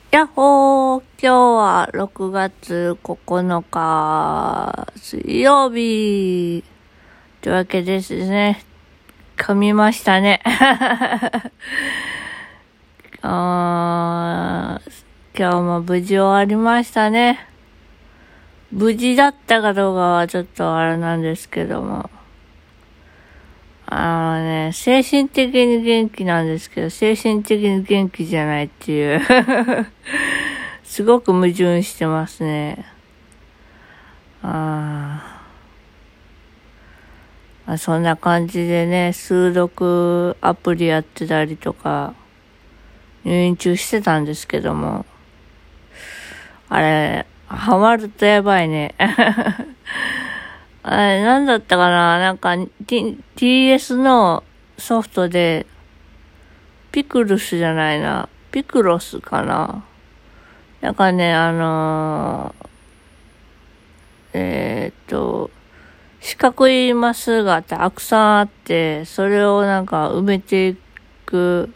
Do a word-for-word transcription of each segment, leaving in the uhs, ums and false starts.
やっほー、今日はろくがつここのか水曜日というわけですね。噛みましたね。あー今日も無事終わりましたね。無事だったかどうかはちょっとあれなんですけども。あのね、精神的に元気なんですけど、精神的に元気じゃないっていう。すごく矛盾してますね。ああ、そんな感じでね、数読アプリやってたりとか、入院中してたんですけども、あれ、ハマるとやばいね。あれ、なんだったかななんか、T、ティーエス のソフトで、ピクルスじゃないな、ピクロスかななんかね、あのー、えー、っと、四角いマスがたくさんあって、それをなんか埋めていく、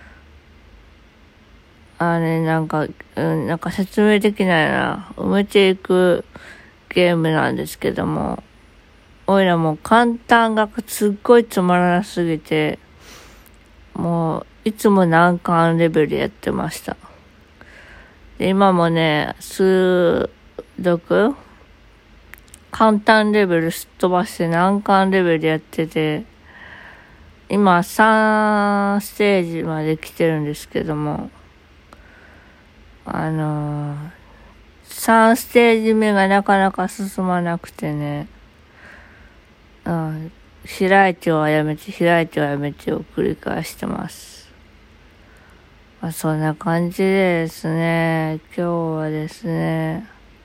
あれなんか、うん、なんか説明できないな。埋めていくゲームなんですけども、おいらもう簡単がすっごいつまらなすぎて、もういつも難関レベルやってました。で、今もね、数読簡単レベルすっ飛ばして難関レベルやってて、今さんステージまで来てるんですけども、あのー、さんステージ目がなかなか進まなくてね、うん、開いてはやめて、開いてはやめてを繰り返してます。まあ、そんな感じでですね、今日はですね、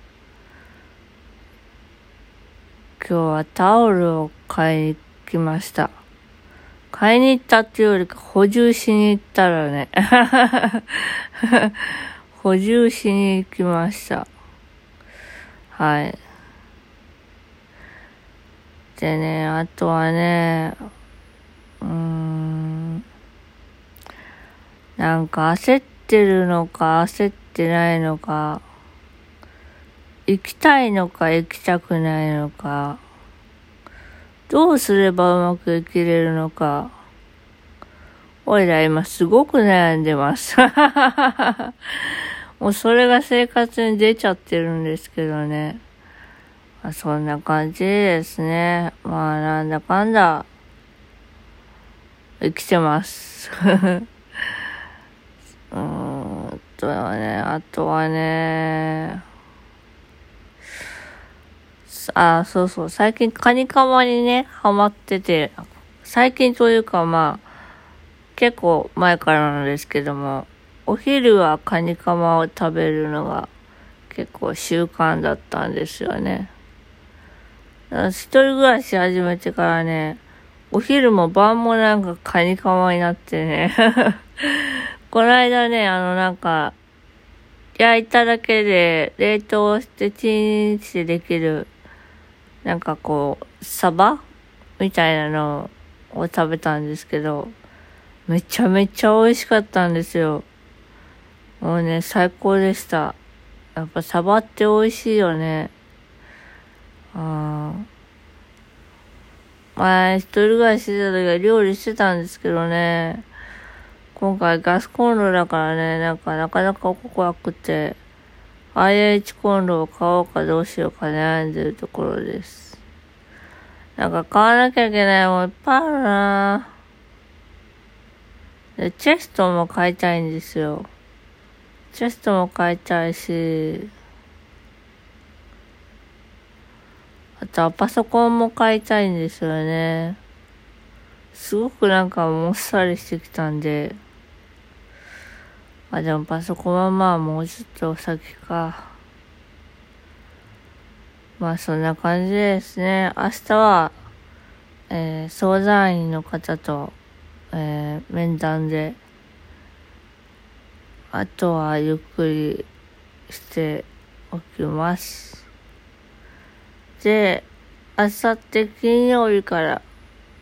今日はタオルを買いに来ました。買いに行ったっていうよりか補充しに行ったらね、補充しに行きました。はい。でね、あとはね、うーん、なんか焦ってるのか焦ってないのか、行きたいのか行きたくないのか、どうすればうまく生きれるのか、おいら今すごく悩んでます。もうそれが生活に出ちゃってるんですけどね。まあ、そんな感じですね。まあなんだかんだ生きてます。うーんとね、あとはね、あ、そうそう、最近カニカマにね、ハマってて、最近というかまあ、結構前からなんですけども、お昼はカニカマを食べるのが結構習慣だったんですよね。一人暮らし始めてからね、お昼も晩もなんかカニカマになってね。この間ね、あのなんか、焼いただけで冷凍してチンしてできる、なんかこう、サバみたいなのを食べたんですけど、めちゃめちゃ美味しかったんですよ。もうね、最高でした。やっぱサバって美味しいよね。あ前、一人暮らししてた時は料理してたんですけどね、今回ガスコンロだからね、なんかなかなか怖くて、アイエイチ コンロを買おうかどうしようか悩んでるところです。なんか買わなきゃいけないもんいっぱいあるなで、チェストも買いたいんですよ。チェストも買いたいし、あとはパソコンも買いたいんですよね。すごくなんかもっさりしてきたんで、あ、でもパソコンはまあもうちょっと先か。まあそんな感じですね。明日は、えー、相談員の方と、えー、面談で、あとはゆっくりしておきます。で、明後日金曜日から、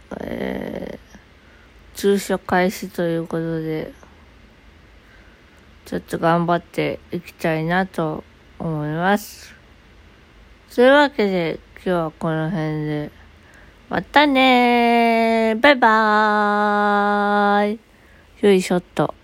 えー、通所開始ということで、 ちょっと頑張っていきたいなと思います。そういうわけで今日はこの辺で。またねー。バイバーイ。よいしょっと。